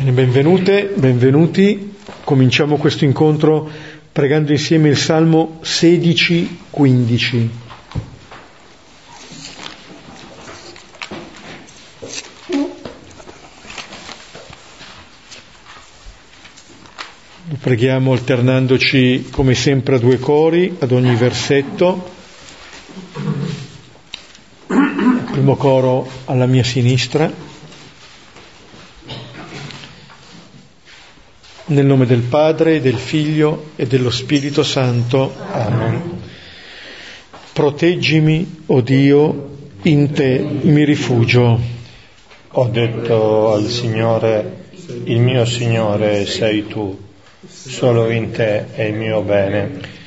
Bene, benvenute, benvenuti. Cominciamo questo incontro pregando insieme il Salmo 16-15. Lo preghiamo alternandoci come sempre a due cori, ad ogni versetto. Il primo coro alla mia sinistra. Nel nome del Padre, del Figlio e dello Spirito Santo. Amen. Proteggimi, o Dio, in te mi rifugio. Ho detto al Signore, il mio Signore sei tu, solo in te è il mio bene.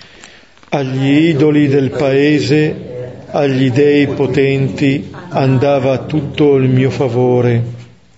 Agli idoli del paese, agli dei potenti, andava tutto il mio favore.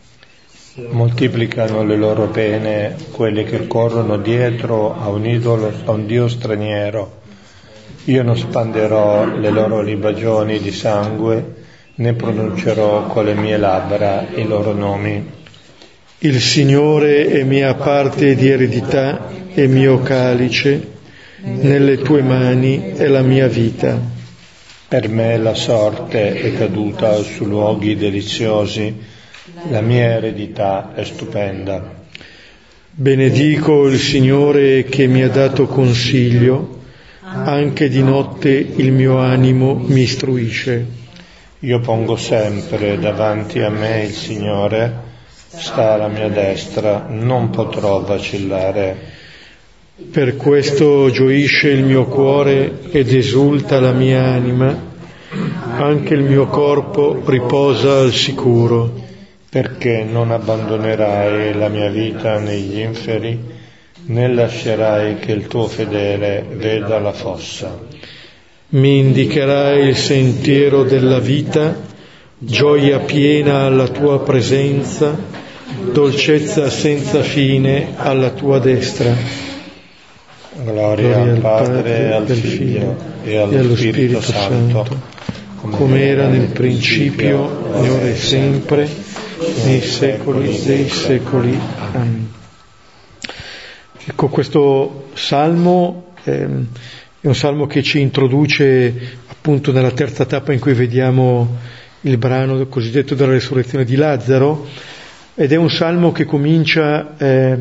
Moltiplicano le loro pene quelli che corrono dietro a un idolo, a un Dio straniero. Io non spanderò le loro libagioni di sangue, né pronuncerò con le mie labbra i loro nomi. Il Signore è mia parte di eredità e mio calice, nelle tue mani è la mia vita. Per me la sorte è caduta su luoghi deliziosi, la mia eredità è stupenda. Benedico il Signore che mi ha dato consiglio, anche di notte il mio animo mi istruisce. Io pongo sempre davanti a me il Signore, sta alla mia destra, non potrò vacillare. Per questo gioisce il mio cuore ed esulta la mia anima, anche il mio corpo riposa al sicuro. Perché non abbandonerai la mia vita negli inferi, né lascerai che il tuo fedele veda la fossa. Mi indicherai il sentiero della vita, gioia piena alla tua presenza, dolcezza senza fine alla tua destra. Gloria al Padre, al Figlio e allo Spirito Santo, come era nel principio, e ora e sempre, nei secoli dei secoli. Amen. Ecco, questo salmo è un salmo che ci introduce appunto nella terza tappa in cui vediamo il brano cosiddetto della resurrezione di Lazzaro, ed è un salmo che comincia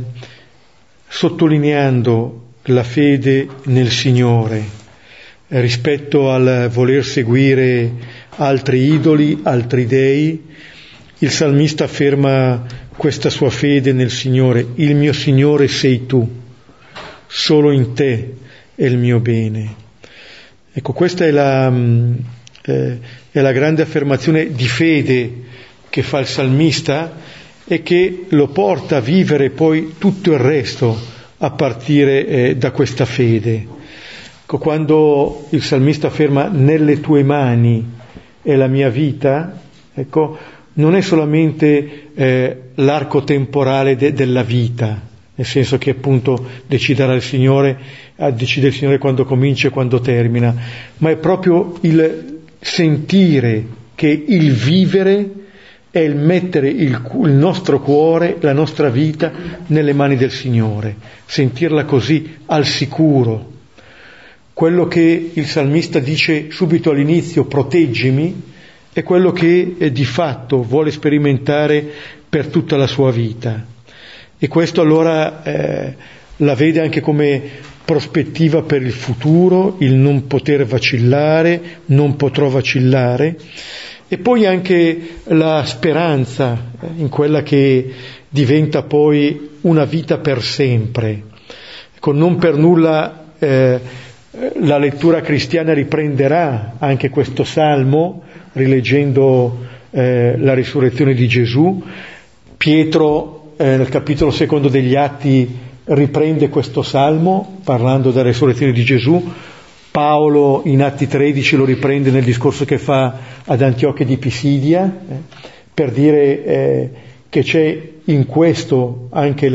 sottolineando la fede nel Signore rispetto al voler seguire altri idoli, altri dei. Il salmista afferma questa sua fede nel Signore: il mio Signore sei tu, solo in te è il mio bene. Ecco, questa è la grande affermazione di fede che fa il salmista e che lo porta a vivere poi tutto il resto a partire da questa fede. Ecco, quando il salmista afferma nelle tue mani è la mia vita, ecco, non è solamente l'arco temporale della vita, nel senso che appunto decide il Signore quando comincia e quando termina, ma è proprio il sentire che il vivere è il mettere il nostro cuore, la nostra vita nelle mani del Signore, sentirla così al sicuro. Quello che il salmista dice subito all'inizio, proteggimi, è quello che di fatto vuole sperimentare per tutta la sua vita. E questo allora la vede anche come prospettiva per il futuro, il non poter vacillare, non potrò vacillare, e poi anche la speranza in quella che diventa poi una vita per sempre. Ecco, non per nulla la lettura cristiana riprenderà anche questo salmo, rileggendo la risurrezione di Gesù. Pietro nel capitolo 2 degli Atti riprende questo salmo parlando della risurrezione di Gesù. Paolo in Atti 13 lo riprende nel discorso che fa ad Antiochia di Pisidia, per dire che c'è in questo anche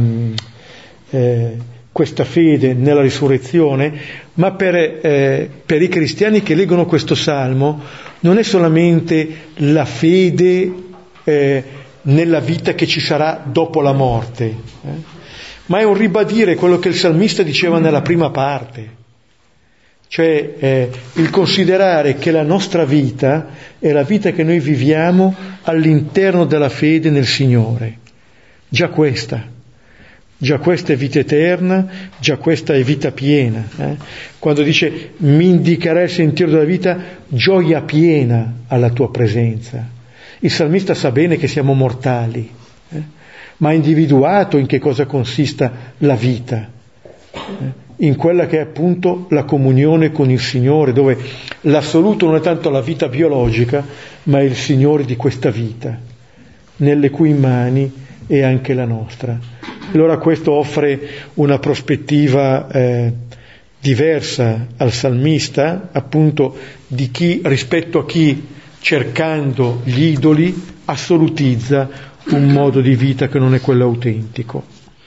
questa fede nella risurrezione, ma per i cristiani che leggono questo salmo non è solamente la fede nella vita che ci sarà dopo la morte, ma è un ribadire quello che il salmista diceva nella prima parte, cioè il considerare che la nostra vita è la vita che noi viviamo all'interno della fede nel Signore. Già questa è vita eterna, già questa è vita piena. Quando dice mi indicherai il sentiero della vita, gioia piena alla tua presenza. Il salmista sa bene che siamo mortali, ma ha individuato in che cosa consista la vita, in quella che è appunto la comunione con il Signore, dove l'assoluto non è tanto la vita biologica, ma è il Signore di questa vita, nelle cui mani è anche la nostra. Allora questo offre una prospettiva diversa al salmista, appunto di chi, rispetto a chi cercando gli idoli assolutizza un modo di vita che non è quello autentico.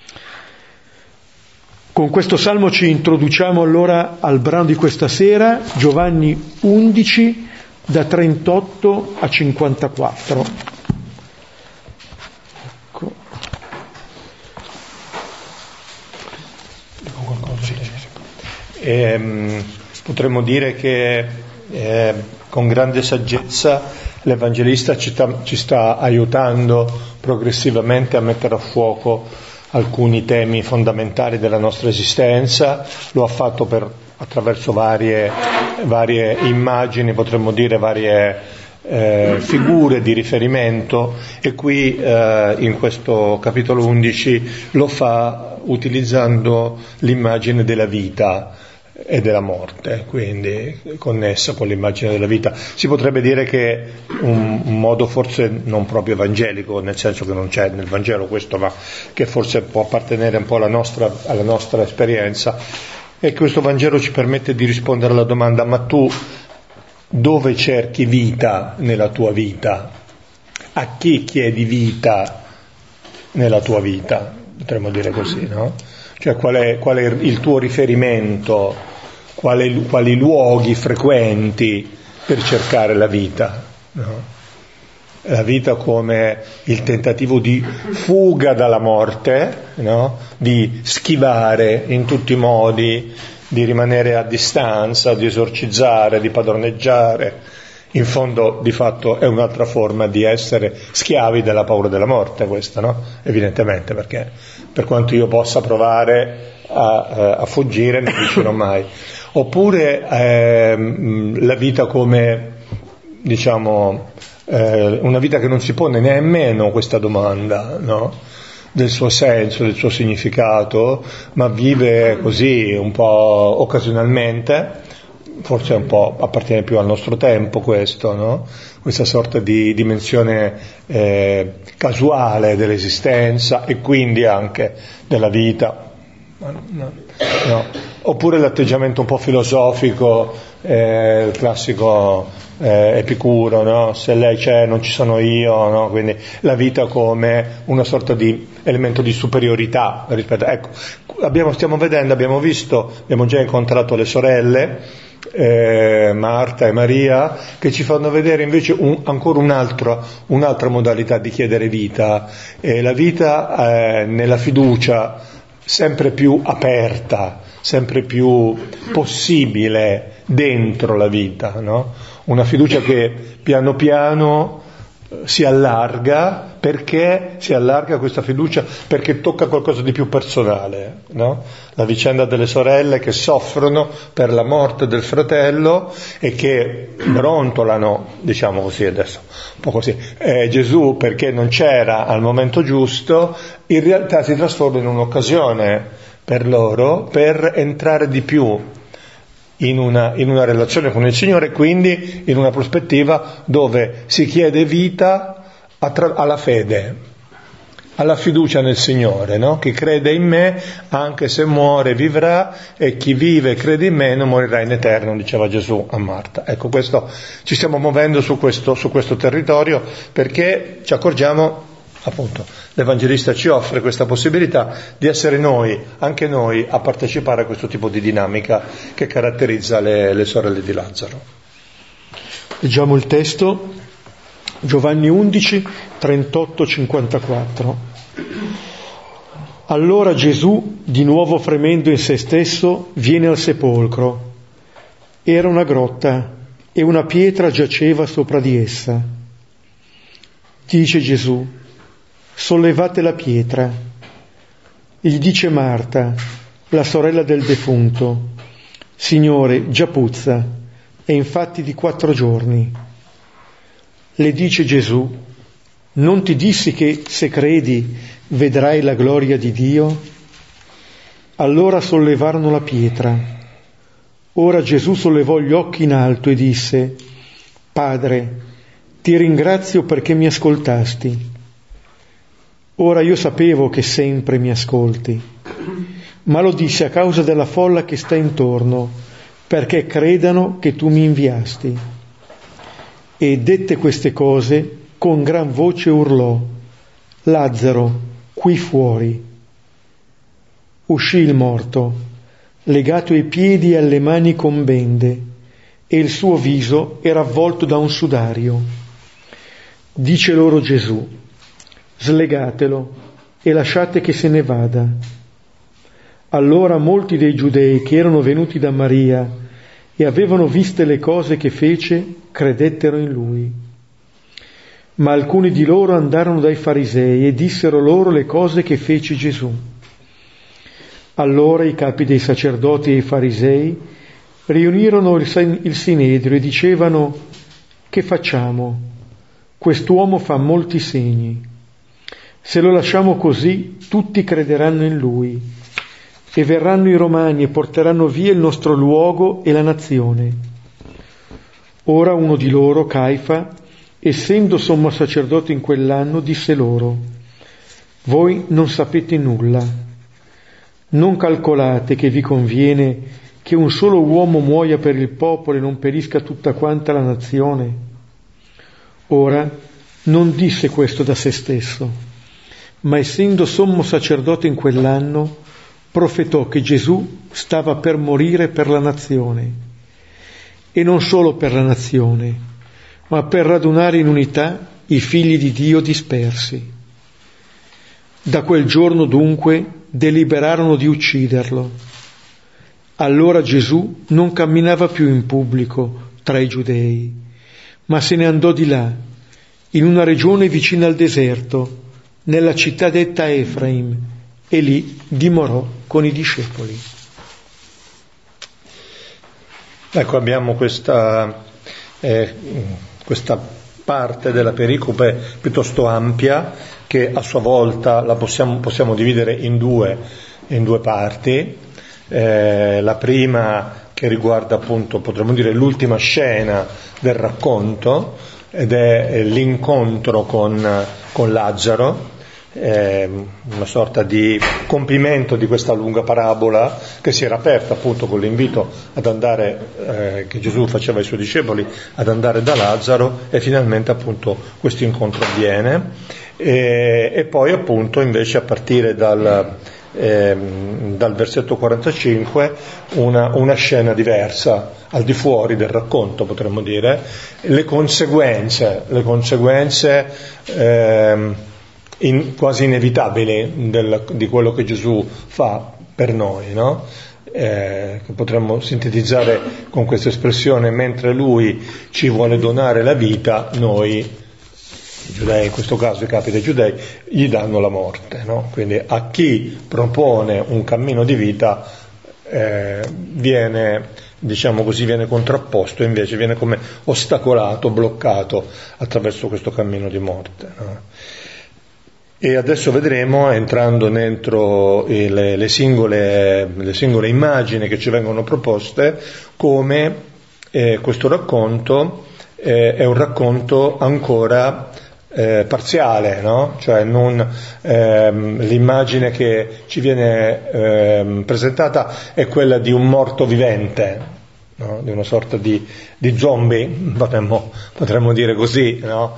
Con questo salmo ci introduciamo allora al brano di questa sera, Giovanni 11, da 38 a 54. Ecco. Potremmo dire che con grande saggezza l'Evangelista ci sta aiutando progressivamente a mettere a fuoco alcuni temi fondamentali della nostra esistenza. Lo ha fatto attraverso varie immagini, potremmo dire varie figure di riferimento, e qui in questo capitolo 11 lo fa utilizzando l'immagine della vita e della morte, quindi connessa con l'immagine della vita. Si potrebbe dire che un modo forse non proprio evangelico, nel senso che non c'è nel Vangelo questo, ma che forse può appartenere un po' alla nostra esperienza, e questo Vangelo ci permette di rispondere alla domanda: ma tu dove cerchi vita nella tua vita? A chi chiedi vita nella tua vita? Potremmo dire così, no? Cioè qual è il tuo riferimento, quali luoghi frequenti per cercare la vita, no? La vita come il tentativo di fuga dalla morte, no? Di schivare in tutti i modi, di rimanere a distanza, di esorcizzare, di padroneggiare. In fondo, di fatto, è un'altra forma di essere schiavi della paura della morte, questa, no? Evidentemente, perché per quanto io possa provare a fuggire, non riuscirò mai. Oppure la vita come, diciamo, una vita che non si pone nemmeno questa domanda, no? Del suo senso, del suo significato, ma vive così un po' occasionalmente. Forse un po' appartiene più al nostro tempo questo, no? Questa sorta di dimensione casuale dell'esistenza e quindi anche della vita. No. Oppure l'atteggiamento un po' filosofico, il classico Epicuro, no? Se lei c'è non ci sono io, no? Quindi la vita come una sorta di elemento di superiorità rispetto. Ecco, abbiamo già incontrato le sorelle, Marta e Maria, che ci fanno vedere invece ancora un'altra modalità di chiedere vita, la vita nella fiducia sempre più aperta, sempre più possibile dentro la vita, no? Una fiducia che piano piano si allarga. Perché si allarga questa fiducia? Perché tocca qualcosa di più personale, no? La vicenda delle sorelle che soffrono per la morte del fratello e che brontolano, diciamo così adesso, un po' così, Gesù perché non c'era al momento giusto, in realtà si trasforma in un'occasione per loro per entrare di più in una relazione con il Signore, quindi in una prospettiva dove si chiede vita alla fede, alla fiducia nel Signore, no? Chi crede in me, anche se muore, vivrà, e chi vive e crede in me non morirà in eterno, diceva Gesù a Marta. Ecco, questo, ci stiamo muovendo su questo territorio perché ci accorgiamo, appunto, l'Evangelista ci offre questa possibilità di essere noi, anche noi, a partecipare a questo tipo di dinamica che caratterizza le sorelle di Lazzaro. Leggiamo il testo. Giovanni 11, 38-54. Allora Gesù, di nuovo fremendo in se stesso, viene al sepolcro. Era una grotta e una pietra giaceva sopra di essa. Dice Gesù: sollevate la pietra. Gli dice Marta, la sorella del defunto: Signore, già puzza, è infatti di 4 giorni. Le dice Gesù: non ti dissi che, se credi, vedrai la gloria di Dio? Allora sollevarono la pietra. Ora Gesù sollevò gli occhi in alto e disse: Padre, ti ringrazio perché mi ascoltasti. Ora io sapevo che sempre mi ascolti, ma lo disse a causa della folla che sta intorno, perché credano che tu mi inviasti. E dette queste cose, con gran voce urlò: Lazzaro, qui fuori. Uscì il morto, legato ai piedi e alle mani con bende, e il suo viso era avvolto da un sudario. Dice loro Gesù: slegatelo e lasciate che se ne vada. Allora molti dei giudei che erano venuti da Maria e avevano viste le cose che fece, credettero in lui. Ma alcuni di loro andarono dai farisei e dissero loro le cose che fece Gesù. Allora i capi dei sacerdoti e i farisei riunirono il sinedrio e dicevano: che facciamo? Quest'uomo fa molti segni. Se lo lasciamo così, tutti crederanno in lui, e verranno i romani e porteranno via il nostro luogo e la nazione. Ora uno di loro, Caifa, essendo sommo sacerdote in quell'anno, disse loro: voi non sapete nulla. Non calcolate che vi conviene che un solo uomo muoia per il popolo e non perisca tutta quanta la nazione? Ora non disse questo da se stesso, ma essendo sommo sacerdote in quell'anno, profetò che Gesù stava per morire per la nazione, e non solo per la nazione, ma per radunare in unità i figli di Dio dispersi. Da quel giorno dunque deliberarono di ucciderlo. Allora Gesù non camminava più in pubblico tra i giudei, ma se ne andò di là, in una regione vicina al deserto, nella città detta Efraim, e lì dimorò con i discepoli. Ecco, abbiamo questa parte della pericope piuttosto ampia, che a sua volta la possiamo dividere in due parti. La prima, che riguarda appunto, potremmo dire, l'ultima scena del racconto, ed è l'incontro con Lazzaro, una sorta di compimento di questa lunga parabola che si era aperta appunto con l'invito ad andare, che Gesù faceva ai suoi discepoli, ad andare da Lazzaro, e finalmente appunto questo incontro avviene, e poi appunto invece a partire dal versetto 45 una scena diversa, al di fuori del racconto, potremmo dire, le conseguenze quasi inevitabili di quello che Gesù fa per noi, no? Che potremmo sintetizzare con questa espressione: mentre lui ci vuole donare la vita, noi, i giudei, in questo caso i capi dei giudei, gli danno la morte, no? Quindi a chi propone un cammino di vita viene contrapposto, invece viene come ostacolato, bloccato attraverso questo cammino di morte, no? E adesso vedremo, entrando dentro le singole immagini che ci vengono proposte, come questo racconto è un racconto ancora parziale, no? Cioè l'immagine che ci viene presentata è quella di un morto vivente, no? Di una sorta di zombie, potremmo dire così, no?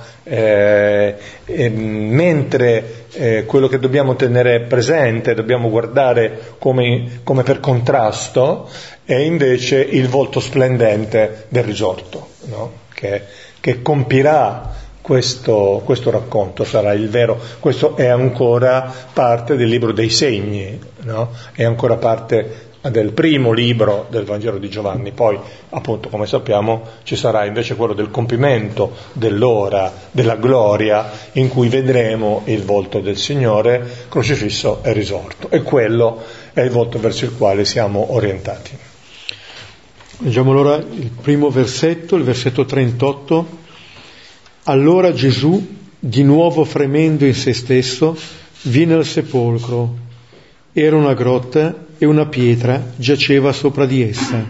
Mentre quello che dobbiamo tenere presente, dobbiamo guardare come per contrasto, è invece il volto splendente del risorto, no? Che compirà questo racconto sarà il vero. Questo è ancora parte del libro dei segni, no? È ancora parte del primo libro del Vangelo di Giovanni. Poi, appunto, come sappiamo, ci sarà invece quello del compimento dell'ora della gloria, in cui vedremo il volto del Signore crocifisso e risorto, e quello è il volto verso il quale siamo orientati. Leggiamo allora il primo versetto, il versetto 38. Allora Gesù, di nuovo fremendo in se stesso, viene al sepolcro. Era una grotta e una pietra giaceva sopra di essa.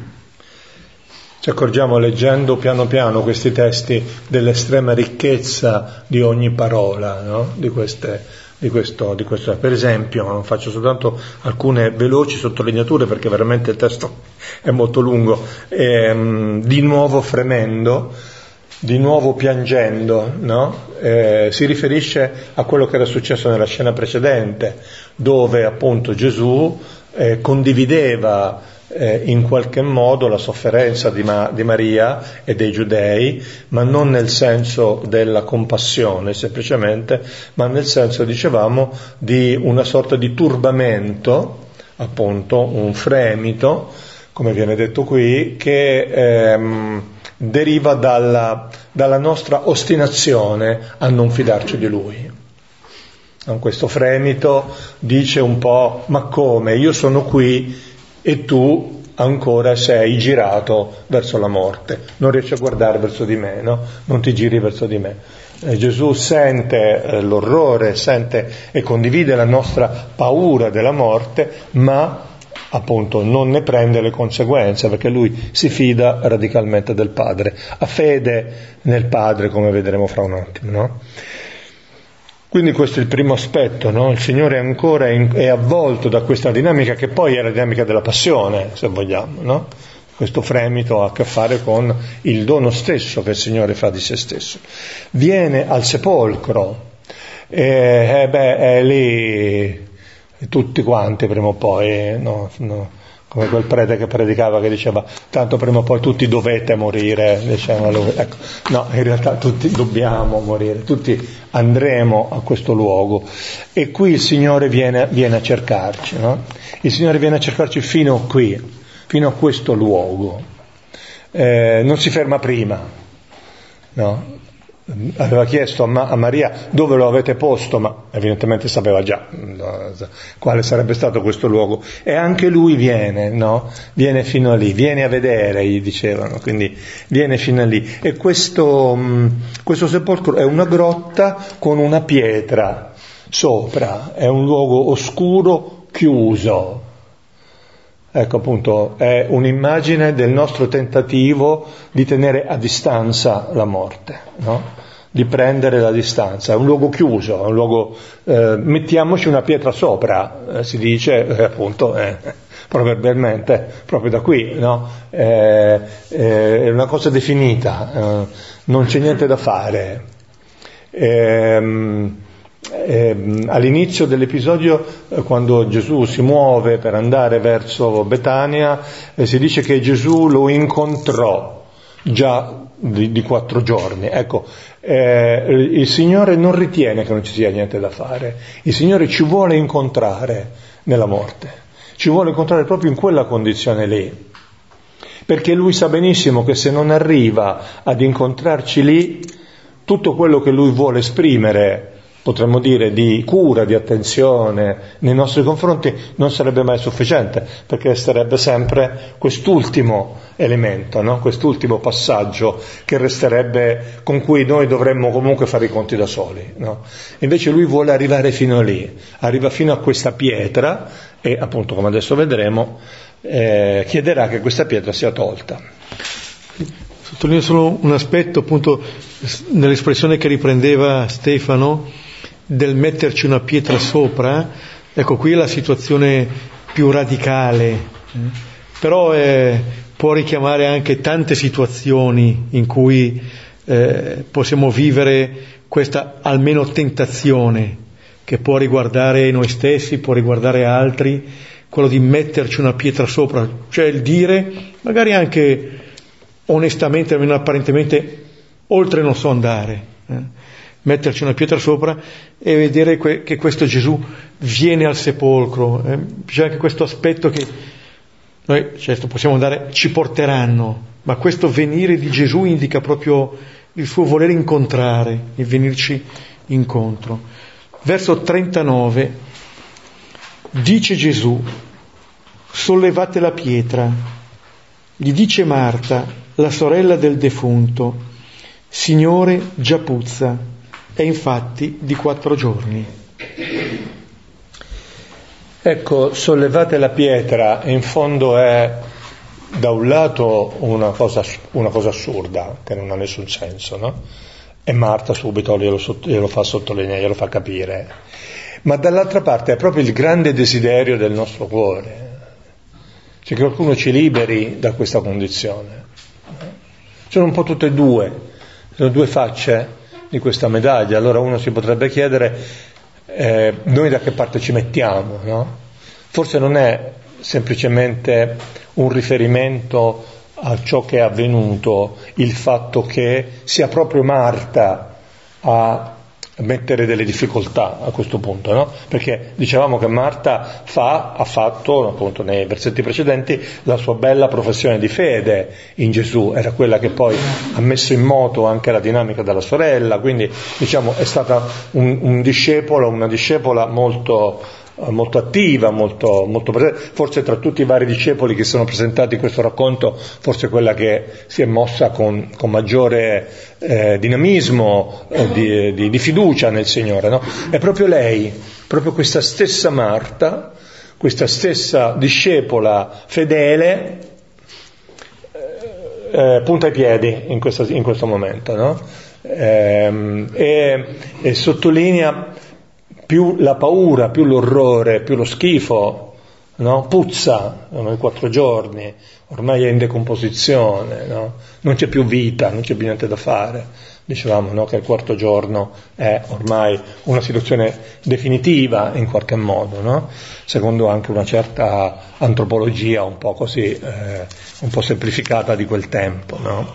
Ci accorgiamo, leggendo piano piano questi testi, dell'estrema ricchezza di ogni parola, no? di questo. Per esempio, faccio soltanto alcune veloci sottolineature perché veramente il testo è molto lungo. Di nuovo fremendo, di nuovo piangendo, no? Si riferisce a quello che era successo nella scena precedente, dove appunto Gesù condivideva in qualche modo la sofferenza di Maria e dei giudei, ma non nel senso della compassione semplicemente, ma nel senso, dicevamo, di una sorta di turbamento, appunto un fremito, come viene detto qui, che deriva dalla nostra ostinazione a non fidarci di Lui. Questo fremito dice un po': ma come? Io sono qui e tu ancora sei girato verso la morte, non riesci a guardare verso di me, no? Non ti giri verso di me. Gesù sente l'orrore, sente e condivide la nostra paura della morte, ma appunto non ne prende le conseguenze, perché lui si fida radicalmente del Padre, ha fede nel Padre, come vedremo fra un attimo, no? Quindi questo è il primo aspetto, no? Il Signore ancora è avvolto da questa dinamica, che poi è la dinamica della passione, se vogliamo, no? Questo fremito ha a che fare con il dono stesso che il Signore fa di se stesso. Viene al sepolcro, è lì tutti quanti prima o poi, no, come quel prete che predicava, che diceva: tanto prima o poi tutti dovete morire, diceva lui. Ecco, no, in realtà tutti dobbiamo morire, tutti andremo a questo luogo, e qui il Signore viene a cercarci, no? Il Signore viene a cercarci fino qui, fino a questo luogo, non si ferma prima, no? Aveva chiesto a Maria dove lo avete posto, ma evidentemente sapeva già quale sarebbe stato questo luogo, e anche lui viene, no? Viene fino a lì, viene a vedere, gli dicevano, quindi viene fino a lì. E questo sepolcro è una grotta con una pietra sopra, è un luogo oscuro, chiuso. Ecco, appunto, è un'immagine del nostro tentativo di tenere a distanza la morte, no? Di prendere la distanza. È un luogo chiuso, è un luogo, mettiamoci una pietra sopra, si dice, appunto, proverbialmente, proprio da qui, no? È una cosa definita, non c'è niente da fare. All'inizio dell'episodio, quando Gesù si muove per andare verso Betania, si dice che Gesù lo incontrò già di 4 giorni. Ecco, il Signore non ritiene che non ci sia niente da fare, il Signore ci vuole incontrare nella morte, ci vuole incontrare proprio in quella condizione lì, perché Lui sa benissimo che se non arriva ad incontrarci lì, tutto quello che Lui vuole esprimere, potremmo dire, di cura, di attenzione nei nostri confronti, non sarebbe mai sufficiente, perché resterebbe sempre quest'ultimo elemento, no? Quest'ultimo passaggio che resterebbe, con cui noi dovremmo comunque fare i conti da soli, no? Invece lui vuole arrivare fino lì, arriva fino a questa pietra e, appunto, come adesso vedremo, chiederà che questa pietra sia tolta. Sottolineo solo un aspetto, appunto, nell'espressione che riprendeva Stefano, del metterci una pietra sopra. Ecco, qui è la situazione più radicale, però può richiamare anche tante situazioni in cui possiamo vivere questa almeno tentazione, che può riguardare noi stessi, può riguardare altri, quello di metterci una pietra sopra, cioè il dire, magari anche onestamente, almeno apparentemente, oltre non so andare, metterci una pietra sopra e vedere che questo Gesù viene al sepolcro. C'è anche questo aspetto che noi, certo, possiamo andare, ci porteranno, ma questo venire di Gesù indica proprio il suo voler incontrare, il venirci incontro. Verso 39, dice Gesù: sollevate la pietra. Gli dice Marta, la sorella del defunto: Signore, già puzza, è infatti di 4 giorni. Ecco, sollevate la pietra, in fondo è da un lato una cosa assurda, che non ha nessun senso, no? E Marta subito glielo fa sottolineare, glielo fa capire. Ma dall'altra parte è proprio il grande desiderio del nostro cuore, cioè che qualcuno ci liberi da questa condizione. Sono un po' tutte e due, sono 2 facce di questa medaglia. Allora uno si potrebbe chiedere, noi da che parte ci mettiamo, no? Forse non è semplicemente un riferimento a ciò che è avvenuto, il fatto che sia proprio Marta a mettere delle difficoltà a questo punto, no? Perché dicevamo che Marta ha fatto, appunto nei versetti precedenti, la sua bella professione di fede in Gesù, era quella che poi ha messo in moto anche la dinamica della sorella, quindi diciamo è stata un discepolo, una discepola molto attiva, molto presente, forse tra tutti i vari discepoli che sono presentati in questo racconto, forse quella che si è mossa con maggiore dinamismo, di fiducia nel Signore, no? È proprio lei, proprio questa stessa Marta, questa stessa discepola fedele, punta ai piedi in questo momento, no? E sottolinea più la paura, più l'orrore, più lo schifo, no? Puzza, 4 giorni, ormai è in decomposizione, no? Non c'è più vita, non c'è più niente da fare. Dicevamo, no, che il 4° giorno è ormai una situazione definitiva in qualche modo, no? Secondo anche una certa antropologia un po' così, un po' semplificata di quel tempo, no?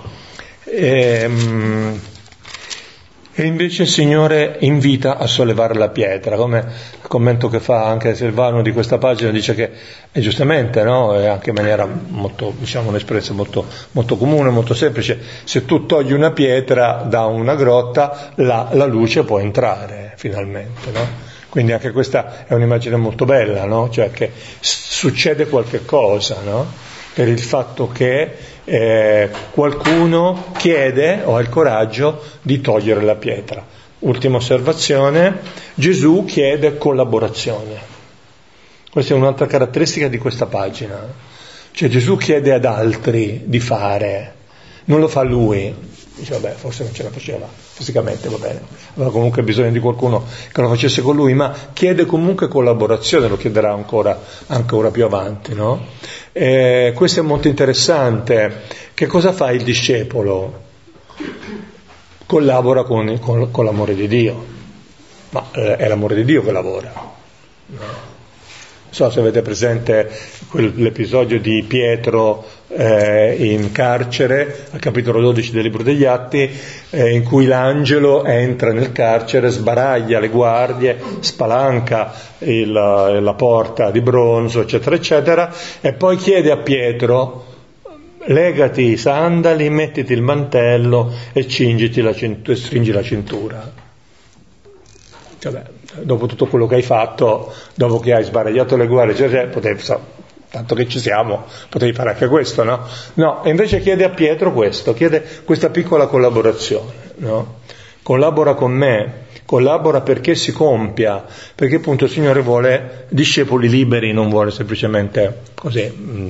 E invece il Signore invita a sollevare la pietra, come il commento che fa anche Silvano di questa pagina, dice che è giustamente, no? È anche in maniera molto, diciamo, un'esperienza molto, molto comune, molto semplice. Se tu togli una pietra da una grotta, la luce può entrare finalmente, no? Quindi anche questa è un'immagine molto bella, no? Cioè che succede qualche cosa, no? Per il fatto che qualcuno chiede o ha il coraggio di togliere la pietra. Ultima osservazione, Gesù chiede collaborazione. Questa è un'altra caratteristica di questa pagina. Cioè Gesù chiede ad altri di fare, non lo fa lui. Dice vabbè, forse non ce la faceva fisicamente, va bene, aveva comunque bisogno di qualcuno che lo facesse con lui, ma chiede comunque collaborazione, lo chiederà ancora più avanti, no? Questo è molto interessante. Che cosa fa il discepolo? Collabora con l'amore di Dio, ma è l'amore di Dio che lavora, no? Non so se avete presente l'episodio di Pietro in carcere, al capitolo 12 del libro degli Atti, in cui l'angelo entra nel carcere, sbaraglia le guardie, spalanca la porta di bronzo, eccetera, eccetera, e poi chiede a Pietro: legati i sandali, mettiti il mantello e stringi la cintura. Cioè, dopo tutto quello che hai fatto, dopo che hai sbaragliato le guardie, potevi, tanto che ci siamo, potevi fare anche questo, no? No, e invece chiede a Pietro questo, chiede questa piccola collaborazione, no? Collabora con me, collabora perché si compia, perché appunto il Signore vuole discepoli liberi, non vuole semplicemente così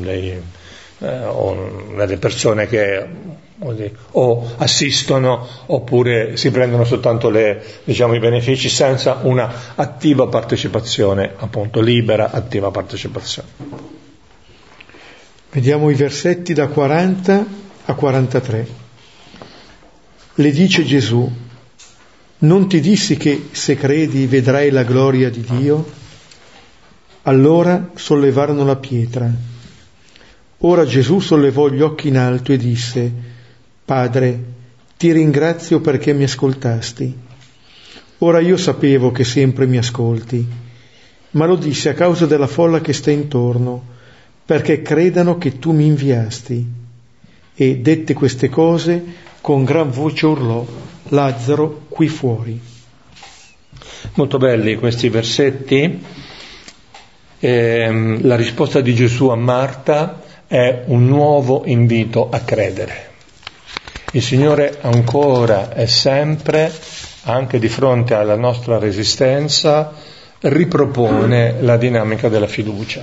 delle persone che o assistono oppure si prendono soltanto i benefici senza una attiva partecipazione, appunto libera, attiva partecipazione. Vediamo i versetti da 40 a 43. Le dice Gesù: non ti dissi che se credi vedrai la gloria di Dio? Allora sollevarono la pietra. Ora Gesù sollevò gli occhi in alto e disse: Padre, ti ringrazio perché mi ascoltasti. Ora io sapevo che sempre mi ascolti, ma lo dissi a causa della folla che sta intorno, perché credano che tu mi inviasti. E dette queste cose, con gran voce urlò: Lazzaro, qui fuori. Molto belli questi versetti. La risposta di Gesù a Marta è un nuovo invito a credere. Il Signore ancora e sempre, anche di fronte alla nostra resistenza, ripropone la dinamica della fiducia.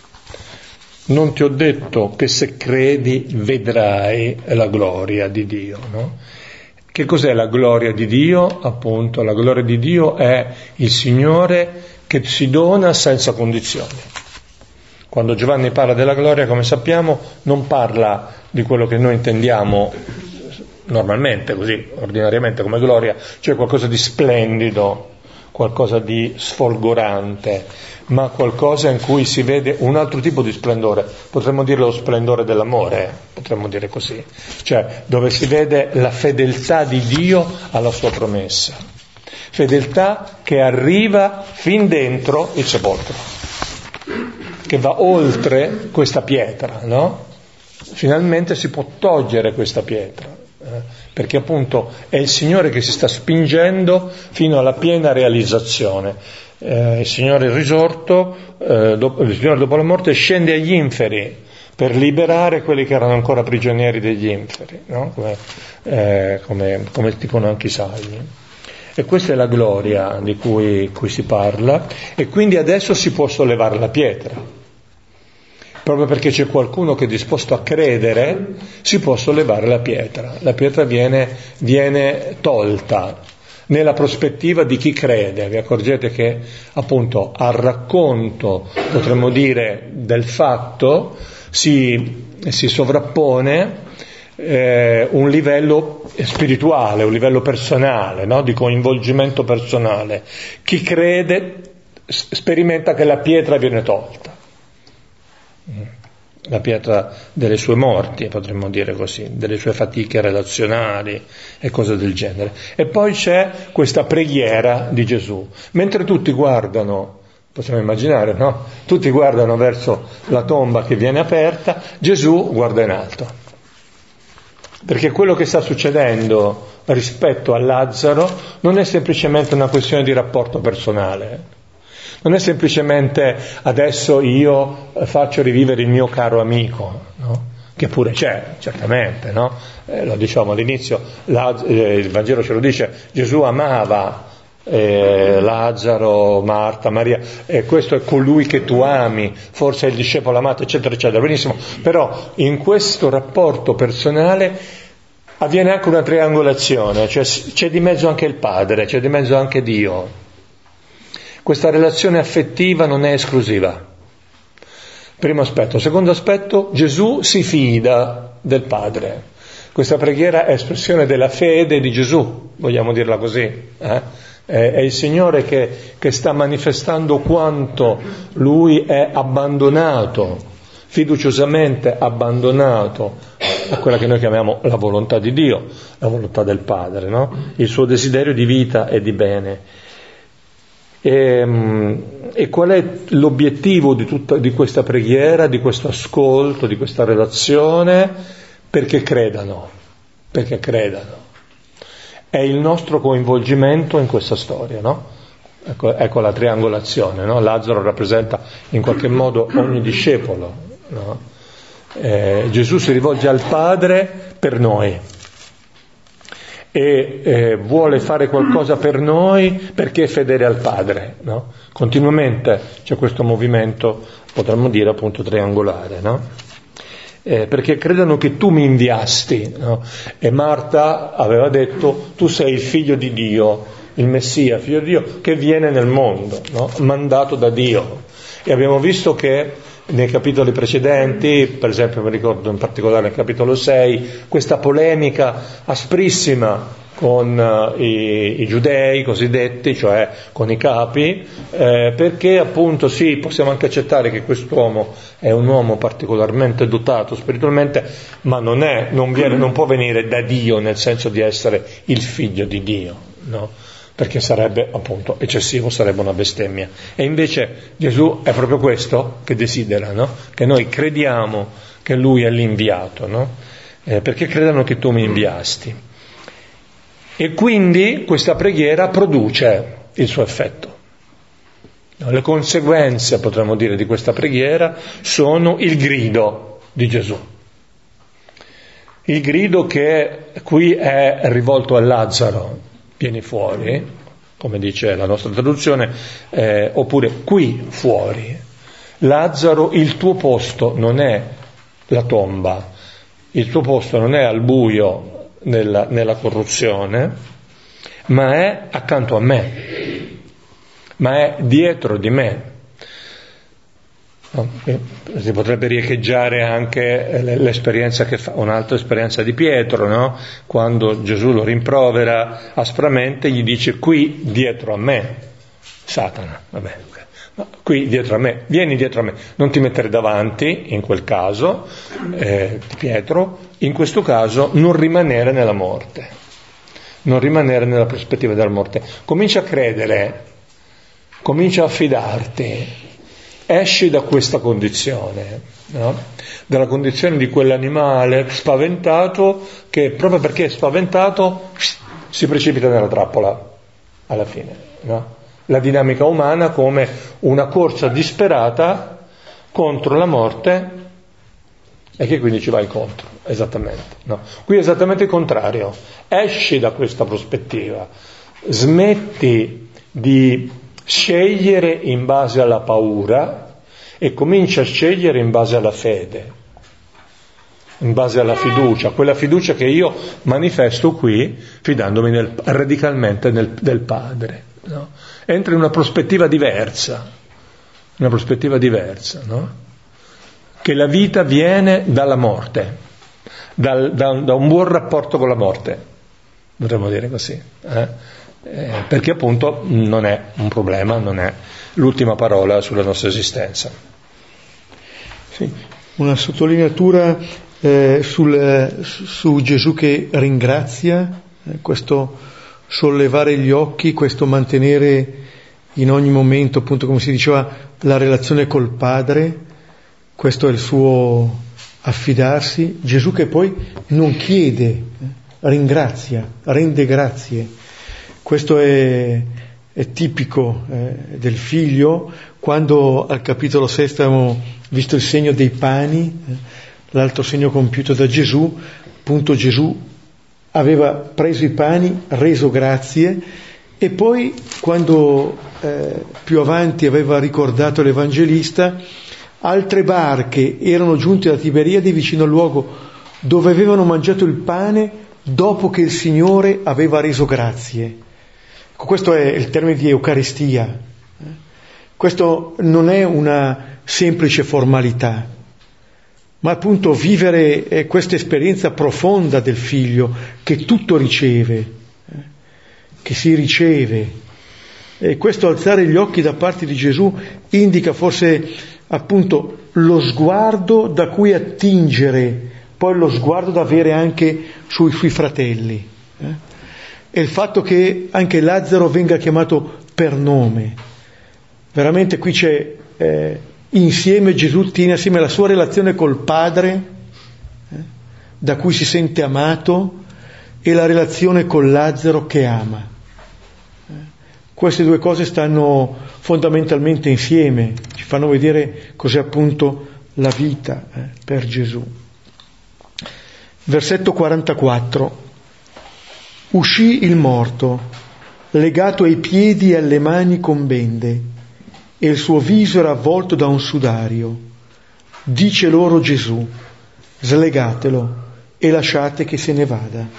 Non ti ho detto che se credi vedrai la gloria di Dio, no? Che cos'è la gloria di Dio? Appunto, la gloria di Dio è il Signore che si dona senza condizioni. Quando Giovanni parla della gloria, come sappiamo, non parla di quello che noi intendiamo normalmente, così, ordinariamente come gloria, cioè qualcosa di splendido, qualcosa di sfolgorante, ma qualcosa in cui si vede un altro tipo di splendore. Potremmo dire lo splendore dell'amore, potremmo dire così, cioè dove si vede la fedeltà di Dio alla sua promessa, fedeltà che arriva fin dentro il sepolcro, che va oltre questa pietra, no? Finalmente si può togliere questa pietra, perché appunto è il Signore che si sta spingendo fino alla piena realizzazione. Il Signore risorto, il Signore dopo la morte scende agli inferi per liberare quelli che erano ancora prigionieri degli inferi, no? Come dicono anche i Salmi. E questa è la gloria di cui si parla, e quindi adesso si può sollevare la pietra. Proprio perché c'è qualcuno che è disposto a credere, si può sollevare la pietra. La pietra viene tolta nella prospettiva di chi crede. Vi accorgete che appunto al racconto, potremmo dire, del fatto si sovrappone un livello spirituale, un livello personale, no? Di coinvolgimento personale. Chi crede sperimenta che la pietra viene tolta. La pietra delle sue morti, potremmo dire così, delle sue fatiche relazionali e cose del genere. E poi c'è questa preghiera di Gesù. Mentre tutti guardano, possiamo immaginare, no? Tutti guardano verso la tomba che viene aperta, Gesù guarda in alto. Perché quello che sta succedendo rispetto a Lazzaro non è semplicemente una questione di rapporto personale. Non è semplicemente adesso io faccio rivivere il mio caro amico, no? Che pure c'è, certamente, no? Lo diciamo all'inizio, il Vangelo ce lo dice, Gesù amava Lazzaro, Marta, Maria, e questo è colui che tu ami, forse è il discepolo amato, eccetera, eccetera, benissimo. Però in questo rapporto personale avviene anche una triangolazione, cioè c'è di mezzo anche il Padre, c'è di mezzo anche Dio. Questa relazione affettiva non è esclusiva. Primo aspetto. Secondo aspetto, Gesù si fida del Padre. Questa preghiera è espressione della fede di Gesù, vogliamo dirla così. È il Signore che sta manifestando quanto Lui è abbandonato, fiduciosamente abbandonato a quella che noi chiamiamo la volontà di Dio, la volontà del Padre, no? Il suo desiderio di vita e di bene. E qual è l'obiettivo di questa preghiera, di questo ascolto, di questa relazione? Perché credano. È il nostro coinvolgimento in questa storia, no? Ecco la triangolazione, no? Lazzaro rappresenta in qualche modo ogni discepolo, no? Gesù si rivolge al Padre per noi. E vuole fare qualcosa per noi perché è fedele al Padre, no? Continuamente c'è questo movimento, potremmo dire appunto triangolare, no? Perché credono che tu mi inviasti, no? E Marta aveva detto: tu sei il figlio di Dio, il Messia, figlio di Dio che viene nel mondo, no? Mandato da Dio. E abbiamo visto che nei capitoli precedenti, per esempio mi ricordo in particolare nel capitolo 6, questa polemica asprissima con i giudei cosiddetti, cioè con i capi, perché appunto sì, possiamo anche accettare che quest'uomo è un uomo particolarmente dotato spiritualmente, ma non può venire da Dio nel senso di essere il figlio di Dio, no? perché sarebbe appunto eccessivo, sarebbe una bestemmia. E invece Gesù è proprio questo che desidera, no? Che noi crediamo che Lui è l'inviato, no? Perché credano che tu mi inviasti. E quindi questa preghiera produce il suo effetto. Le conseguenze, potremmo dire, di questa preghiera sono il grido di Gesù. Il grido che qui è rivolto a Lazzaro, vieni fuori, come dice la nostra traduzione, oppure qui fuori. Lazzaro, il tuo posto non è la tomba, il tuo posto non è al buio nella corruzione, ma è accanto a me, ma è dietro di me. Si potrebbe riecheggiare anche l'esperienza che fa, un'altra esperienza di Pietro, no? Quando Gesù lo rimprovera aspramente, gli dice: qui dietro a me, Satana, vabbè, no, qui dietro a me, vieni dietro a me, non ti mettere davanti, in quel caso, Pietro, in questo caso non rimanere nella morte, non rimanere nella prospettiva della morte, comincia a credere, comincia a fidarti. Esci da questa condizione, no? Dalla condizione di quell'animale spaventato che, proprio perché è spaventato, si precipita nella trappola alla fine, no? La dinamica umana come una corsa disperata contro la morte e che quindi ci va incontro, esattamente, no? Qui è esattamente il contrario. Esci da questa prospettiva, smetti di scegliere in base alla paura e comincia a scegliere in base alla fede, in base alla fiducia, quella fiducia che io manifesto qui fidandomi radicalmente del Padre, no? Entra in una prospettiva diversa, no? Che la vita viene dalla morte, da un buon rapporto con la morte, potremmo dire così, perché appunto non è un problema, non è l'ultima parola sulla nostra esistenza. Sì, una sottolineatura su Gesù che ringrazia, questo sollevare gli occhi, questo mantenere in ogni momento, appunto come si diceva, la relazione col Padre, questo è il suo affidarsi. Gesù che poi non chiede, ringrazia, rende grazie. Questo è tipico del figlio. Quando al capitolo 6 abbiamo visto il segno dei pani, l'altro segno compiuto da Gesù, appunto Gesù aveva preso i pani, reso grazie, e poi quando più avanti aveva ricordato l'Evangelista, altre barche erano giunte da Tiberiade vicino al luogo dove avevano mangiato il pane dopo che il Signore aveva reso grazie. Questo è il termine di Eucaristia. Questo non è una semplice formalità, ma appunto vivere questa esperienza profonda del figlio che tutto riceve, che si riceve. E questo alzare gli occhi da parte di Gesù indica forse appunto lo sguardo da cui attingere, poi lo sguardo da avere anche sui fratelli. E il fatto che anche Lazzaro venga chiamato per nome. Veramente qui c'è insieme, Gesù tiene assieme la sua relazione col Padre, da cui si sente amato, e la relazione con Lazzaro che ama. Queste due cose stanno fondamentalmente insieme, ci fanno vedere cos'è appunto la vita per Gesù. Versetto 44. Uscì il morto, legato ai piedi e alle mani con bende, e il suo viso era avvolto da un sudario. Dice loro Gesù: slegatelo e lasciate che se ne vada.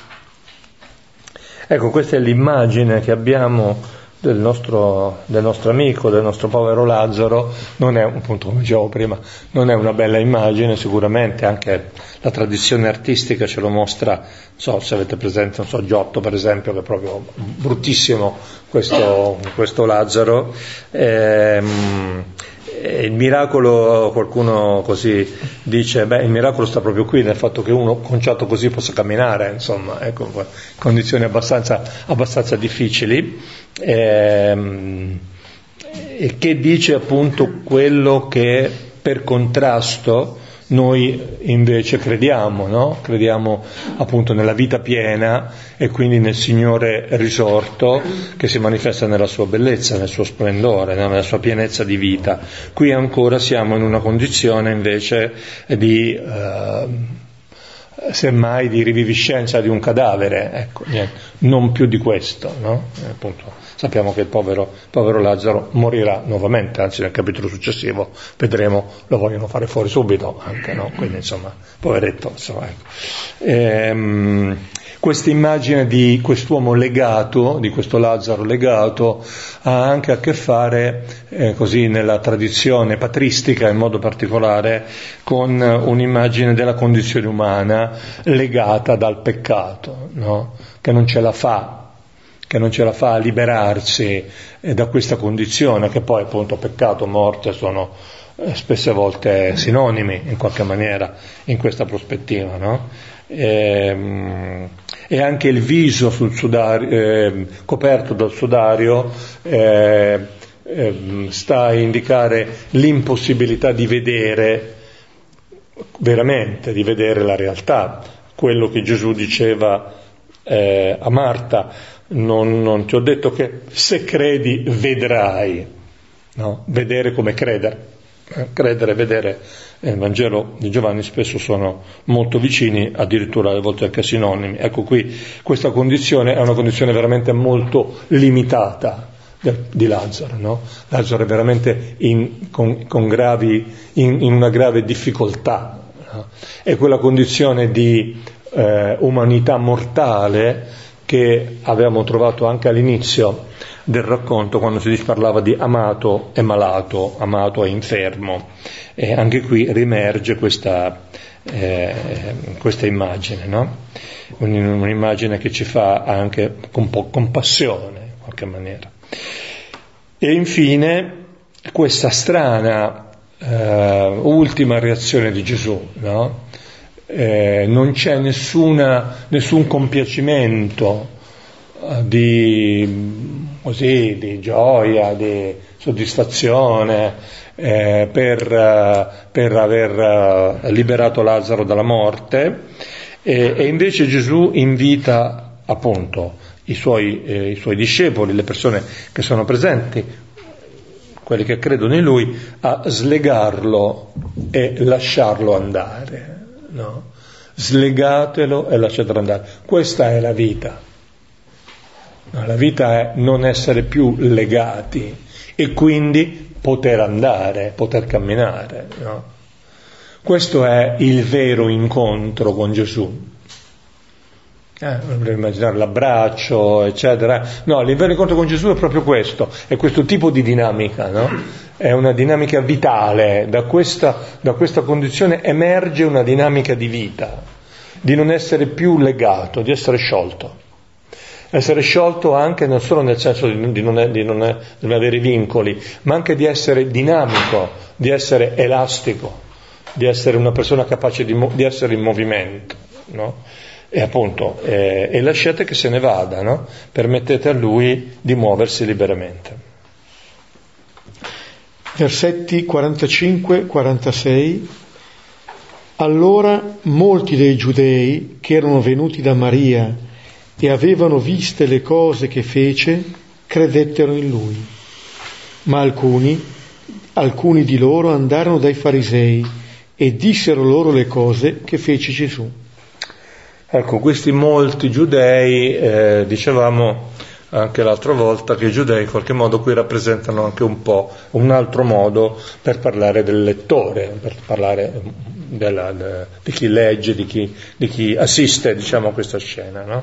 Ecco, questa è l'immagine che abbiamo del nostro amico, del nostro povero Lazzaro. Non è, appunto, come dicevo prima, non è una bella immagine, sicuramente anche la tradizione artistica ce lo mostra. Non so se avete presente, Giotto per esempio, che è proprio bruttissimo questo Lazzaro. Il miracolo, qualcuno così dice, il miracolo sta proprio qui, nel fatto che uno conciato così possa camminare, insomma, ecco, condizioni abbastanza difficili. e che dice appunto quello che per contrasto noi invece crediamo, no? Crediamo appunto nella vita piena e quindi nel Signore risorto che si manifesta nella sua bellezza, nel suo splendore, nella sua pienezza di vita. Qui ancora siamo in una condizione invece di semmai di riviviscenza di un cadavere, ecco, niente, non più di questo, no? Appunto, sappiamo che il povero Lazzaro morirà nuovamente, anzi nel capitolo successivo vedremo, lo vogliono fare fuori subito anche, no? Quindi insomma, poveretto, insomma, ecco. Questa immagine di quest'uomo legato, di questo Lazzaro legato, ha anche a che fare, così nella tradizione patristica in modo particolare, con un'immagine della condizione umana legata dal peccato, no? Che non ce la fa a liberarsi da questa condizione, che poi appunto peccato, morte sono spesse volte sinonimi in qualche maniera in questa prospettiva, no? E anche il viso sul sudario, coperto dal sudario, sta a indicare l'impossibilità di vedere veramente, di vedere la realtà, quello che Gesù diceva a Marta: non ti ho detto che se credi vedrai, no? Vedere come credere. Credere e vedere nel Vangelo di Giovanni spesso sono molto vicini, addirittura alle volte anche sinonimi. Ecco, qui questa condizione è una condizione veramente molto limitata di Lazzaro, no? Lazzaro è veramente in una grave difficoltà, no? È quella condizione di umanità mortale che avevamo trovato anche all'inizio del racconto, quando si parlava di amato e malato, amato e infermo, e anche qui riemerge questa immagine, no? Un'immagine che ci fa anche un po' compassione in qualche maniera. E infine questa strana ultima reazione di Gesù, no? Non c'è nessun compiacimento di gioia, di soddisfazione per aver liberato Lazzaro dalla morte, e invece Gesù invita appunto i suoi discepoli, le persone che sono presenti, quelli che credono in lui, a slegarlo e lasciarlo andare, no? Slegatelo e lasciatelo andare. Questa è la vita. No, la vita è non essere più legati e quindi poter andare, poter camminare, no? Questo è il vero incontro con Gesù. Non devo immaginare l'abbraccio, eccetera. No, il vero incontro con Gesù è proprio questo, è questo tipo di dinamica, no? È una dinamica vitale. Da questa condizione emerge una dinamica di vita, di non essere più legato, di essere sciolto. Essere sciolto anche non solo nel senso di non avere vincoli, ma anche di essere dinamico, di essere elastico, di essere una persona capace di essere in movimento, no? E appunto, e lasciate che se ne vada, no? Permettete a lui di muoversi liberamente. Versetti 45-46. Allora molti dei giudei che erano venuti da Maria e avevano viste le cose che fece, credettero in lui. Ma alcuni di loro andarono dai farisei e dissero loro le cose che fece Gesù. Ecco, questi molti giudei, dicevamo anche l'altra volta che i giudei in qualche modo qui rappresentano anche un po' un altro modo per parlare del lettore, per parlare di chi legge, di chi assiste, diciamo, a questa scena, no?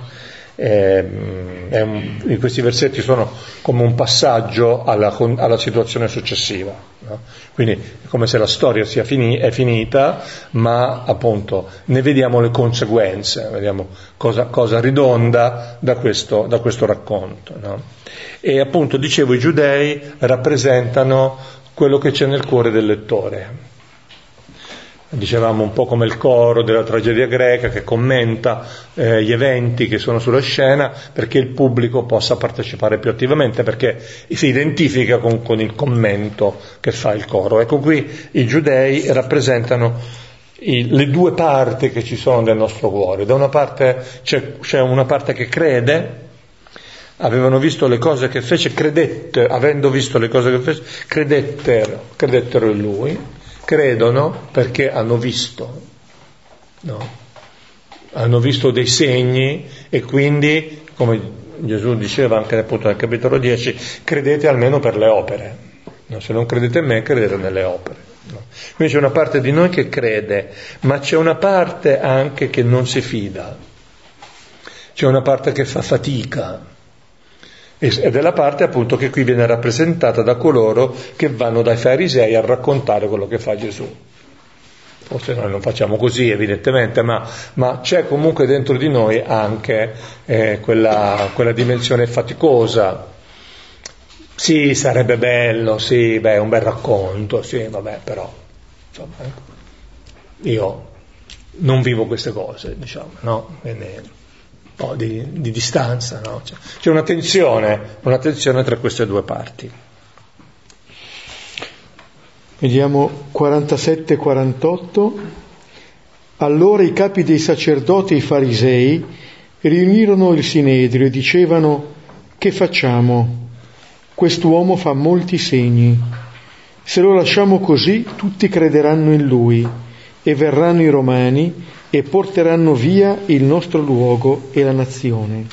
Questi versetti sono come un passaggio alla situazione successiva, no? Quindi è come se la storia è finita, ma appunto ne vediamo le conseguenze, vediamo cosa ridonda da questo racconto, no? E appunto, dicevo, i giudei rappresentano quello che c'è nel cuore del lettore. dicevamo un po' come il coro della tragedia greca che commenta gli eventi che sono sulla scena perché il pubblico possa partecipare più attivamente, perché si identifica con il commento che fa il coro. Ecco, qui i giudei rappresentano le due parti che ci sono del nostro cuore. Da una parte c'è una parte che crede, avevano visto le cose che fece, avendo visto le cose che fece, credettero in lui, credono perché hanno visto, no? Hanno visto dei segni e quindi, come Gesù diceva anche appunto nel capitolo 10, credete almeno per le opere, no? Se non credete in me, credete nelle opere, no? Quindi c'è una parte di noi che crede, ma c'è una parte anche che non si fida, c'è una parte che fa fatica, ed è la parte appunto che qui viene rappresentata da coloro che vanno dai farisei a raccontare quello che fa Gesù. Forse noi non facciamo così evidentemente, ma c'è comunque dentro di noi anche quella dimensione faticosa. Sì, sarebbe bello, sì, un bel racconto, sì, vabbè, però insomma, io non vivo queste cose, diciamo, no? Di distanza, no? C'è una tensione tra queste due parti. Vediamo 47-48. Allora i capi dei sacerdoti e i farisei riunirono il sinedrio e dicevano: che facciamo? Quest'uomo fa molti segni. Se lo lasciamo così, tutti crederanno in lui e verranno i romani e porteranno via il nostro luogo e la nazione.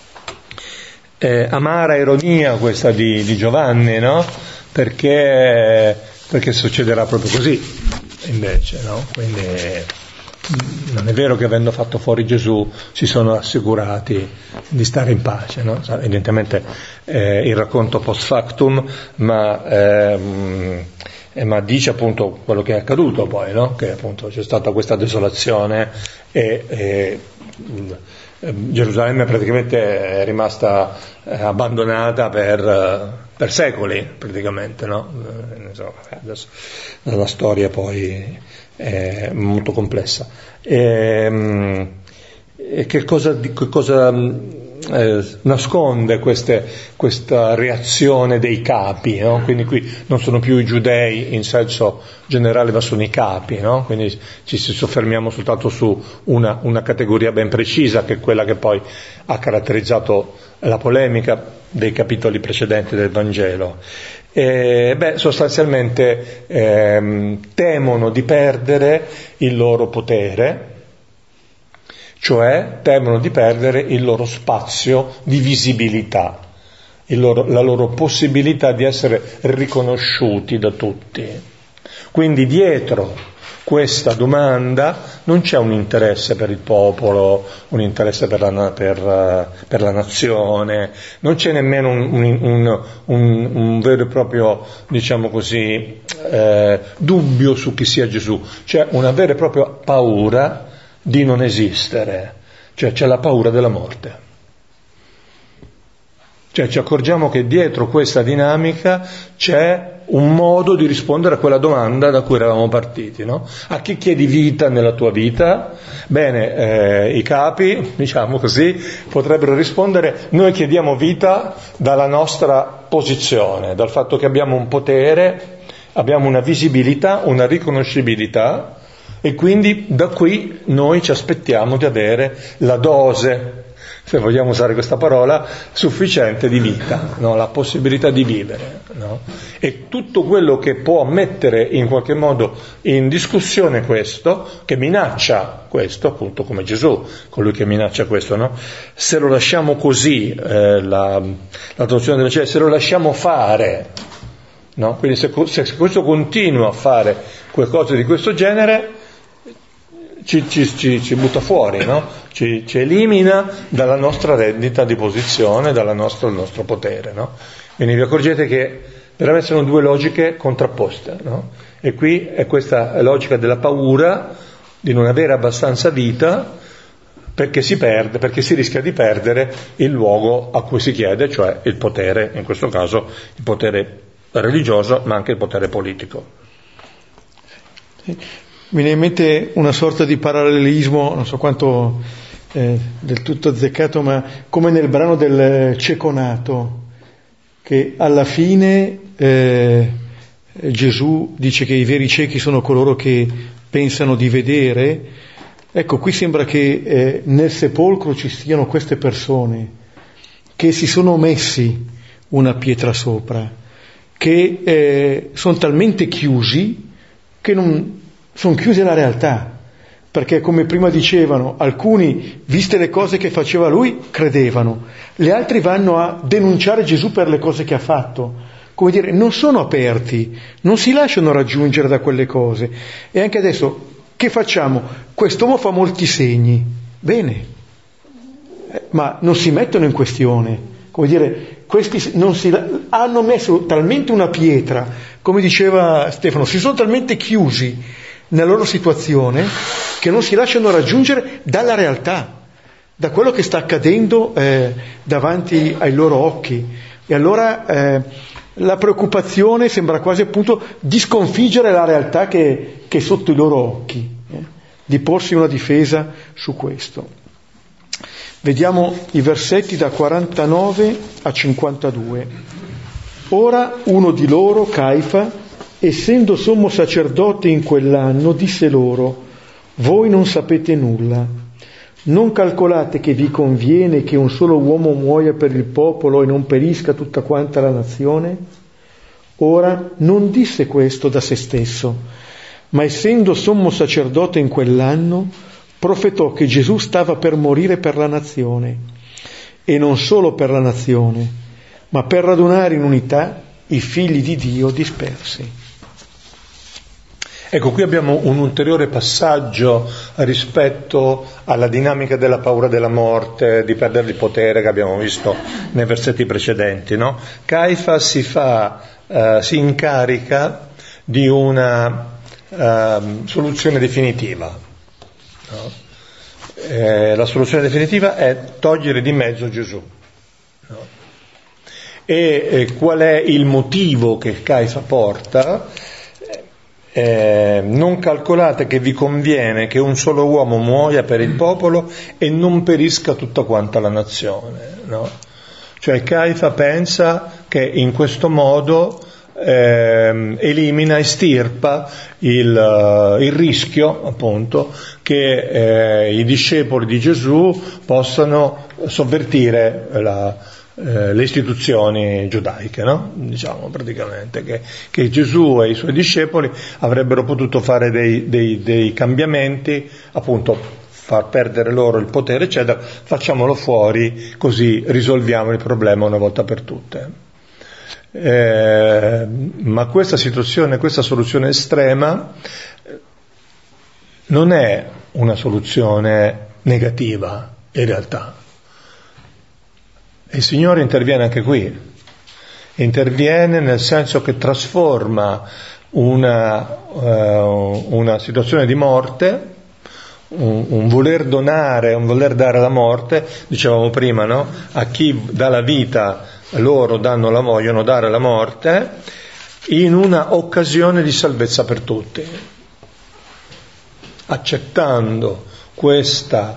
Amara ironia questa di Giovanni, no? Perché succederà proprio così, invece, no? Quindi non è vero che avendo fatto fuori Gesù si sono assicurati di stare in pace, no? Evidentemente il racconto post factum, ma dice appunto quello che è accaduto poi, no? Che appunto c'è stata questa desolazione e Gerusalemme praticamente è rimasta abbandonata per secoli, praticamente, no? Adesso la storia poi è molto complessa. E che cosa nasconde questa reazione dei capi, no? Quindi qui non sono più i giudei in senso generale, ma sono i capi, no? Quindi ci soffermiamo soltanto su una categoria ben precisa, che è quella che poi ha caratterizzato la polemica dei capitoli precedenti del Vangelo. Sostanzialmente temono di perdere il loro potere, cioè temono di perdere il loro spazio di visibilità, la loro possibilità di essere riconosciuti da tutti. Quindi dietro questa domanda non c'è un interesse per il popolo, un interesse per la nazione, non c'è nemmeno un vero e proprio, diciamo così, dubbio su chi sia Gesù, c'è una vera e propria paura di non esistere, cioè c'è la paura della morte. Cioè ci accorgiamo che dietro questa dinamica c'è un modo di rispondere a quella domanda da cui eravamo partiti, no? A chi chiedi vita nella tua vita? Bene, i capi, diciamo così, potrebbero rispondere: noi chiediamo vita dalla nostra posizione, dal fatto che abbiamo un potere, abbiamo una visibilità, una riconoscibilità, e quindi da qui noi ci aspettiamo di avere la dose, se vogliamo usare questa parola, sufficiente di vita, no? La possibilità di vivere, no? E tutto quello che può mettere in qualche modo in discussione questo, che minaccia questo, appunto come Gesù, colui che minaccia questo, no? Se lo lasciamo così, la traduzione della Chiesa, se lo lasciamo fare, no? Quindi se questo continua a fare qualcosa di questo genere, ci butta fuori, no? Ci elimina dalla nostra rendita di posizione, dal nostro potere, no? Quindi vi accorgete che veramente sono due logiche contrapposte, no? E qui è questa logica della paura di non avere abbastanza vita, perché si perde, perché si rischia di perdere il luogo a cui si chiede, cioè il potere, in questo caso il potere religioso, ma anche il potere politico. Mi viene in mente una sorta di parallelismo, non so quanto del tutto azzeccato, ma come nel brano del cieconato, che alla fine Gesù dice che i veri ciechi sono coloro che pensano di vedere. Ecco, qui sembra che nel sepolcro ci siano queste persone che si sono messi una pietra sopra, che sono talmente chiusi che non sono chiusi alla realtà, perché come prima dicevano, alcuni, viste le cose che faceva lui, credevano, gli altri vanno a denunciare Gesù per le cose che ha fatto, come dire, non sono aperti, non si lasciano raggiungere da quelle cose. E anche adesso, che facciamo? Quest'uomo fa molti segni, bene, ma non si mettono in questione, come dire, questi non si hanno messo talmente una pietra, come diceva Stefano, si sono talmente chiusi nella loro situazione che non si lasciano raggiungere dalla realtà, da quello che sta accadendo davanti ai loro occhi. E allora la preoccupazione sembra quasi appunto di sconfiggere la realtà che è sotto i loro occhi, di porsi una difesa su questo. Vediamo i versetti da 49 a 52. Ora uno di loro, Caifa, essendo sommo sacerdote in quell'anno, disse loro: voi non sapete nulla, non calcolate che vi conviene che un solo uomo muoia per il popolo e non perisca tutta quanta la nazione? Ora non disse questo da se stesso, ma essendo sommo sacerdote in quell'anno, profetò che Gesù stava per morire per la nazione, e non solo per la nazione, ma per radunare in unità i figli di Dio dispersi. Ecco, qui abbiamo un ulteriore passaggio rispetto alla dinamica della paura della morte, di perdere il potere che abbiamo visto nei versetti precedenti, no? Caifa si incarica di una soluzione definitiva. No? La soluzione definitiva è togliere di mezzo Gesù. No? E qual è il motivo che Caifa porta? Non calcolate che vi conviene che un solo uomo muoia per il popolo e non perisca tutta quanta la nazione, no? Cioè Caifa pensa che in questo modo elimina, estirpa il rischio appunto che i discepoli di Gesù possano sovvertire le istituzioni giudaiche, no? Diciamo praticamente che Gesù e i suoi discepoli avrebbero potuto fare dei cambiamenti, appunto far perdere loro il potere eccetera, facciamolo fuori così risolviamo il problema una volta per tutte. Ma questa situazione, questa soluzione estrema non è una soluzione negativa in realtà. Il Signore interviene anche qui, interviene nel senso che trasforma una situazione di morte, un voler donare, un voler dare la morte, dicevamo prima, no? A chi dà la vita, loro vogliono dare la morte, in una occasione di salvezza per tutti, accettando questa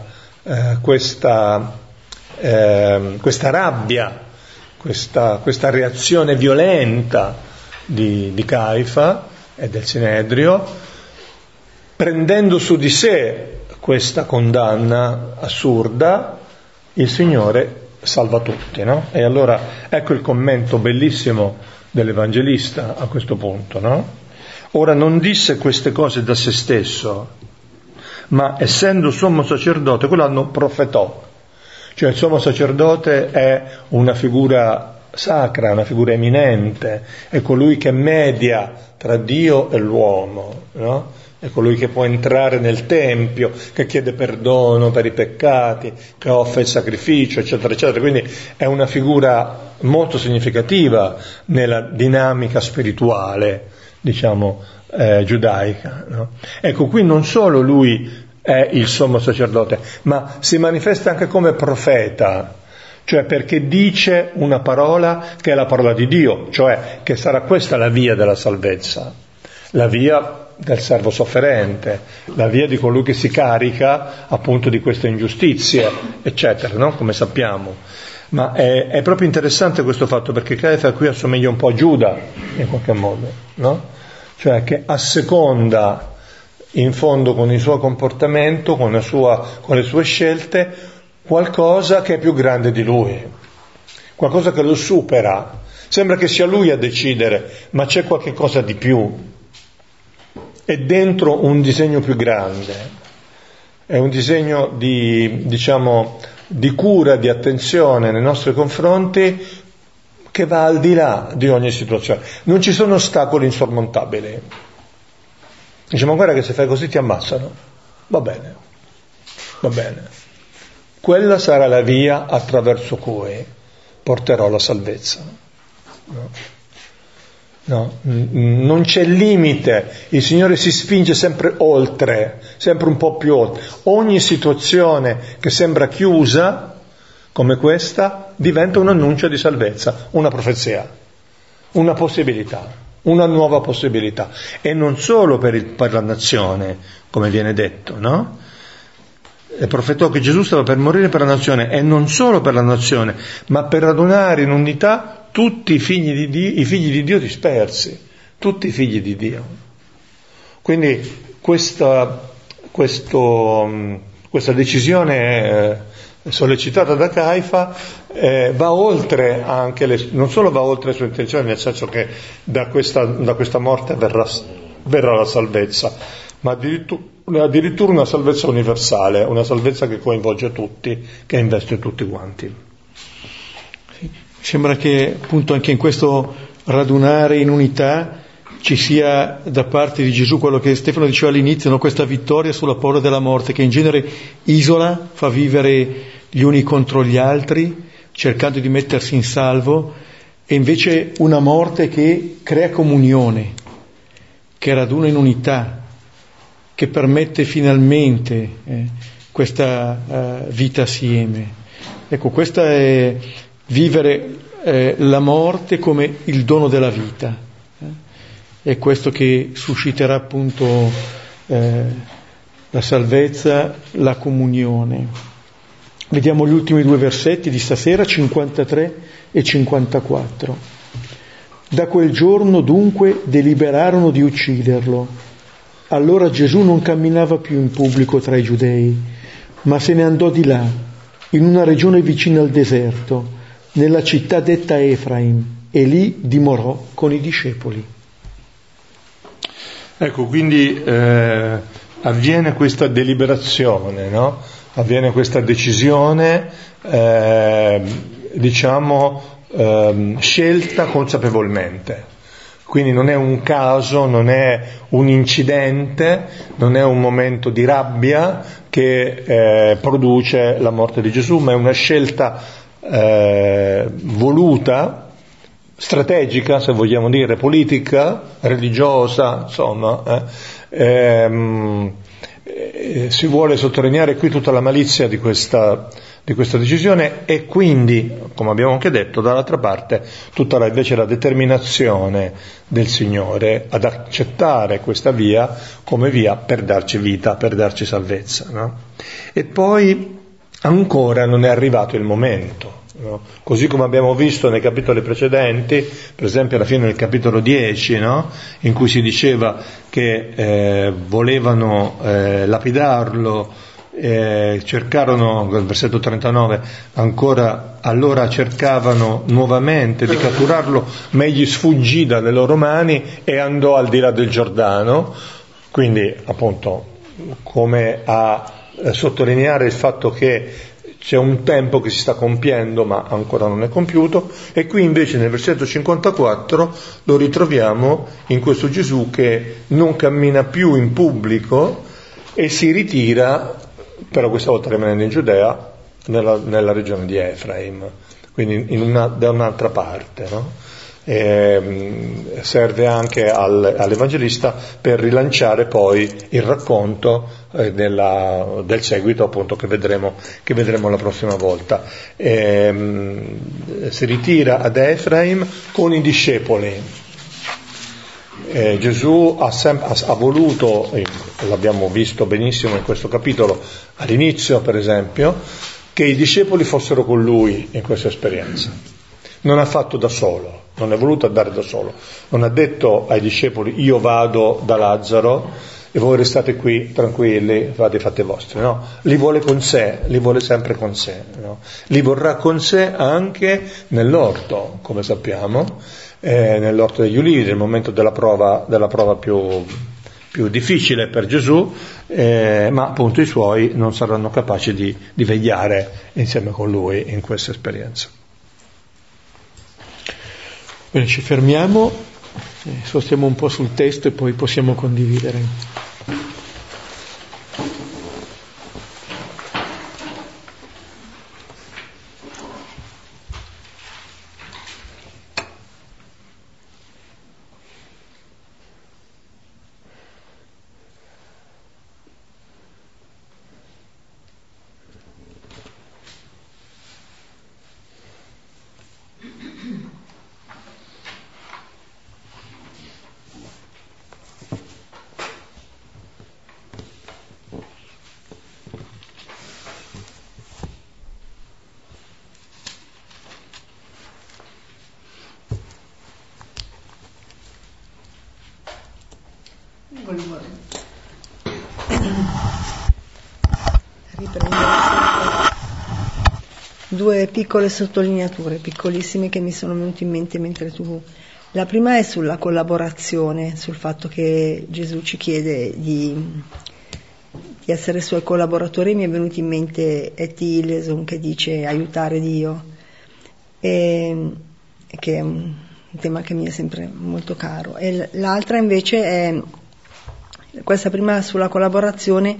rabbia, questa reazione violenta di Caifa e del Sinedrio, prendendo su di sé questa condanna assurda, il Signore salva tutti, no? E allora ecco il commento bellissimo dell'Evangelista a questo punto, no? Ora non disse queste cose da se stesso, ma essendo sommo sacerdote, quell'anno profetò. Cioè il sommo sacerdote è una figura sacra, una figura eminente, è colui che media tra Dio e l'uomo, no? È colui che può entrare nel Tempio, che chiede perdono per i peccati, che offre il sacrificio, eccetera, eccetera. Quindi è una figura molto significativa nella dinamica spirituale, diciamo, giudaica, no? Ecco, qui non solo lui è il sommo sacerdote, ma si manifesta anche come profeta, cioè perché dice una parola che è la parola di Dio, cioè che sarà questa la via della salvezza, la via del servo sofferente, la via di colui che si carica appunto di queste ingiustizie, eccetera, no? Come sappiamo. Ma è proprio interessante questo fatto, perché Caifa qui assomiglia un po' a Giuda, in qualche modo, no? Cioè che asseconda in fondo con il suo comportamento, con le sue scelte, qualcosa che è più grande di lui, qualcosa che lo supera. Sembra che sia lui a decidere, ma c'è qualche cosa di più. È dentro un disegno più grande, è un disegno di cura, di attenzione nei nostri confronti, che va al di là di ogni situazione. Non ci sono ostacoli insormontabili. Diciamo, guarda che se fai così ti ammazzano. Va bene. Quella sarà la via attraverso cui porterò la salvezza. No, non c'è limite. Il Signore si spinge sempre oltre, sempre un po' più oltre. Ogni situazione che sembra chiusa, come questa, diventa un annuncio di salvezza, una profezia, una possibilità, una nuova possibilità. E non solo per la nazione, come viene detto, no? Profetò che Gesù stava per morire per la nazione, e non solo per la nazione, ma per radunare in unità tutti i figli di Dio dispersi, tutti i figli di Dio. Quindi questa decisione sollecitata da Caifa va oltre anche non solo va oltre le sue intenzioni, nel senso che da questa morte verrà la salvezza, ma addirittura una salvezza universale, una salvezza che coinvolge tutti, che investe tutti quanti. Sembra che appunto anche in questo radunare in unità ci sia da parte di Gesù quello che Stefano diceva all'inizio, no? Questa vittoria sulla paura della morte, che in genere isola, fa vivere gli uni contro gli altri, cercando di mettersi in salvo, e invece una morte che crea comunione, che raduna in unità, che permette finalmente questa vita assieme. Ecco, questa è vivere la morte come il dono della vita. È questo che susciterà appunto la salvezza, la comunione. Vediamo gli ultimi due versetti di stasera, 53 e 54. Da quel giorno dunque deliberarono di ucciderlo. Allora Gesù non camminava più in pubblico tra i giudei, ma se ne andò di là, in una regione vicina al deserto, nella città detta Efraim, e lì dimorò con i discepoli. Ecco, quindi avviene questa deliberazione, no? Avviene questa decisione, scelta consapevolmente. Quindi non è un caso, non è un incidente, non è un momento di rabbia che produce la morte di Gesù, ma è una scelta voluta, strategica, se vogliamo dire, politica, religiosa, insomma. Si vuole sottolineare qui tutta la malizia di questa decisione, e quindi, come abbiamo anche detto, dall'altra parte tutta invece la determinazione del Signore ad accettare questa via come via per darci vita, per darci salvezza, no? E poi ancora non è arrivato il momento, no? Così come abbiamo visto nei capitoli precedenti, per esempio alla fine del capitolo 10, no? In cui si diceva che volevano lapidarlo, cercarono, nel versetto 39, allora cercavano nuovamente di catturarlo, ma egli sfuggì dalle loro mani e andò al di là del Giordano. Quindi appunto, come a sottolineare il fatto che c'è un tempo che si sta compiendo ma ancora non è compiuto. E qui invece nel versetto 54 lo ritroviamo in questo Gesù che non cammina più in pubblico e si ritira, però questa volta rimanendo in Giudea, nella regione di Efraim, quindi da un'altra parte, no? Serve anche all'Evangelista per rilanciare poi il racconto del seguito, appunto, che vedremo la prossima volta. Si ritira ad Efraim con i discepoli. Gesù ha voluto, l'abbiamo visto benissimo in questo capitolo, all'inizio per esempio, che i discepoli fossero con lui in questa esperienza. Non ha fatto da solo, non è voluto andare da solo, non ha detto ai discepoli io vado da Lazzaro e voi restate qui tranquilli, fate vostri, no? Li vuole con sé, li vuole sempre con sé, no? Li vorrà con sé anche nell'orto, come sappiamo, nell'orto degli ulivi, nel momento della prova più difficile per Gesù, ma appunto i suoi non saranno capaci di vegliare insieme con lui in questa esperienza. Bene, ci fermiamo, sostiamo un po' sul testo e poi possiamo condividere. Due piccole sottolineature, piccolissime, che mi sono venute in mente mentre tu... La prima è sulla collaborazione, sul fatto che Gesù ci chiede di essere suoi collaboratori. Mi è venuto in mente E.T. Hillesum che dice aiutare Dio, che è un tema che mi è sempre molto caro. E l'altra invece è questa prima sulla collaborazione.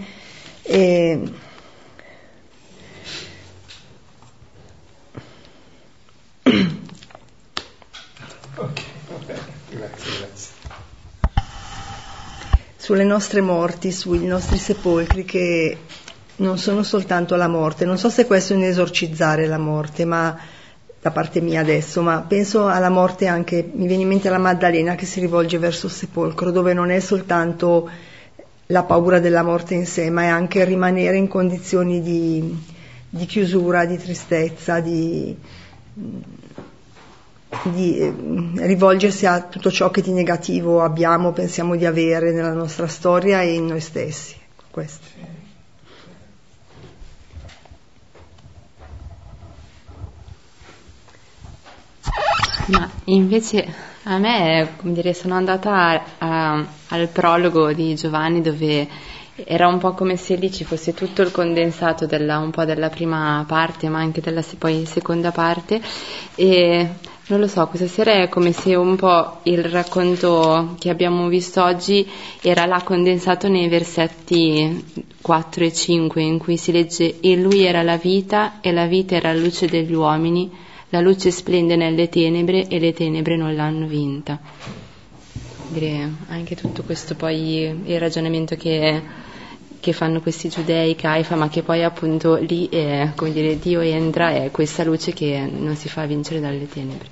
Sulle nostre morti, sui nostri sepolcri, che non sono soltanto la morte. Non so se questo è un esorcizzare la morte, ma da parte mia adesso, ma penso alla morte anche, mi viene in mente la Maddalena che si rivolge verso il sepolcro, dove non è soltanto la paura della morte in sé, ma è anche rimanere in condizioni di chiusura, di tristezza, di rivolgersi a tutto ciò che di negativo abbiamo, pensiamo di avere nella nostra storia e in noi stessi. Questo. Ma invece a me, come dire, sono andata al prologo di Giovanni, dove era un po' come se lì ci fosse tutto il condensato un po' della prima parte, ma anche della poi seconda parte, e non lo so, questa sera è come se un po' il racconto che abbiamo visto oggi era là condensato nei versetti 4 e 5, in cui si legge: e lui era la vita, e la vita era la luce degli uomini, la luce splende nelle tenebre e le tenebre non l'hanno vinta. Direi anche tutto questo, poi il ragionamento che fanno questi giudei, Caifa, ma che poi appunto lì è, come dire, Dio entra, è questa luce che non si fa vincere dalle tenebre.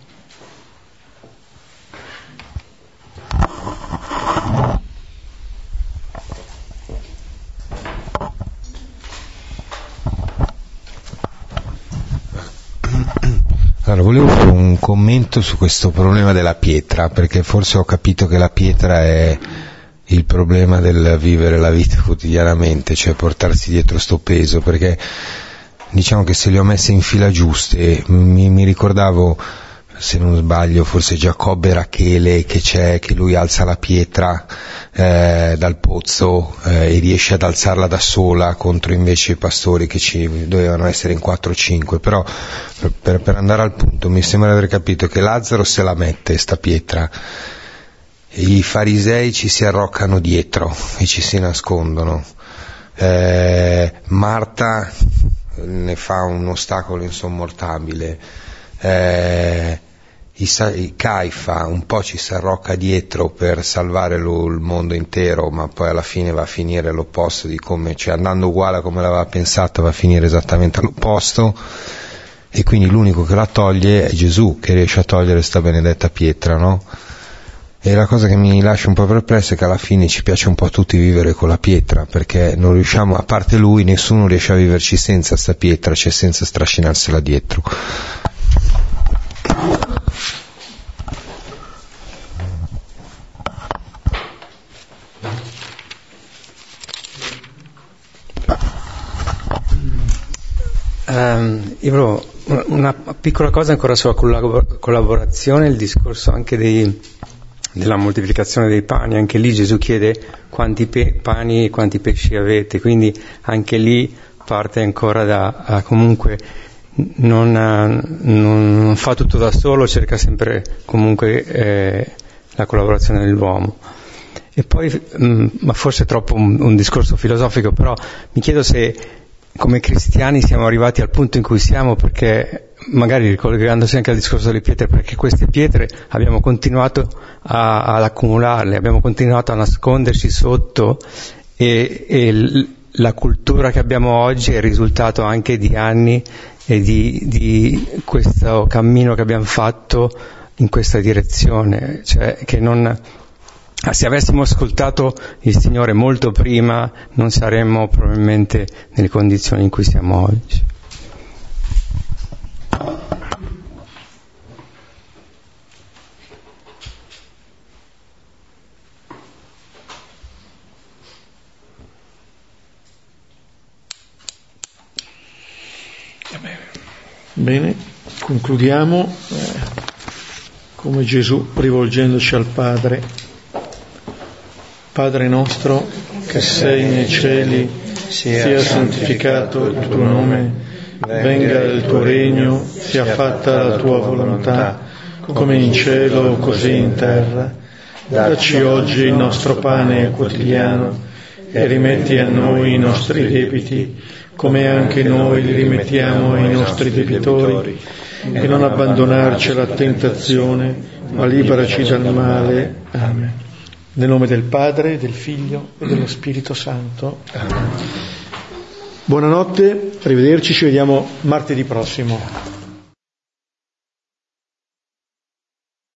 Allora, volevo fare un commento su questo problema della pietra, perché forse ho capito che la pietra è il problema del vivere la vita quotidianamente, cioè portarsi dietro sto peso, perché diciamo che se le ho messe in fila giuste, mi ricordavo, se non sbaglio, forse Giacobbe e Rachele, che lui alza la pietra dal pozzo e riesce ad alzarla da sola contro invece i pastori che ci dovevano essere in 4-5, però per andare al punto mi sembra di aver capito che Lazzaro se la mette sta pietra, i farisei ci si arroccano dietro e ci si nascondono, Marta ne fa un ostacolo insormontabile, Caifa un po' ci si arrocca dietro per salvare il mondo intero, ma poi alla fine va a finire l'opposto di come, cioè andando uguale a come l'aveva pensato, va a finire esattamente all'opposto, e quindi l'unico che la toglie è Gesù, che riesce a togliere sta benedetta pietra, no? E la cosa che mi lascia un po' perplesso è che alla fine ci piace un po' a tutti vivere con la pietra, perché non riusciamo, a parte lui, nessuno riesce a viverci senza sta pietra, cioè senza strascinarsela dietro. Io volevo una piccola cosa ancora sulla collaborazione, il discorso anche della moltiplicazione dei pani. Anche lì Gesù chiede quanti pani e quanti pesci avete, quindi anche lì parte ancora da comunque non fa tutto da solo, cerca sempre comunque la collaborazione dell'uomo. E poi, ma forse è troppo un discorso filosofico, però mi chiedo se come cristiani siamo arrivati al punto in cui siamo, perché magari ricollegandosi anche al discorso delle pietre, perché queste pietre abbiamo continuato ad accumularle, abbiamo continuato a nasconderci sotto, e la cultura che abbiamo oggi è il risultato anche di anni e di questo cammino che abbiamo fatto in questa direzione, cioè che se avessimo ascoltato il Signore molto prima non saremmo probabilmente nelle condizioni in cui siamo oggi. Bene, concludiamo come Gesù rivolgendoci al Padre. Padre nostro che sei nei cieli, sia santificato il tuo nome, venga il tuo regno, sia fatta la tua volontà, come in cielo così in terra. Dacci oggi il nostro pane quotidiano e rimetti a noi i nostri debiti, come anche noi li rimettiamo ai nostri debitori, e non abbandonarci alla tentazione, ma liberaci dal male. Amen. Nel nome del Padre, del Figlio e dello Spirito Santo. Amen. Buonanotte, arrivederci, ci vediamo martedì prossimo.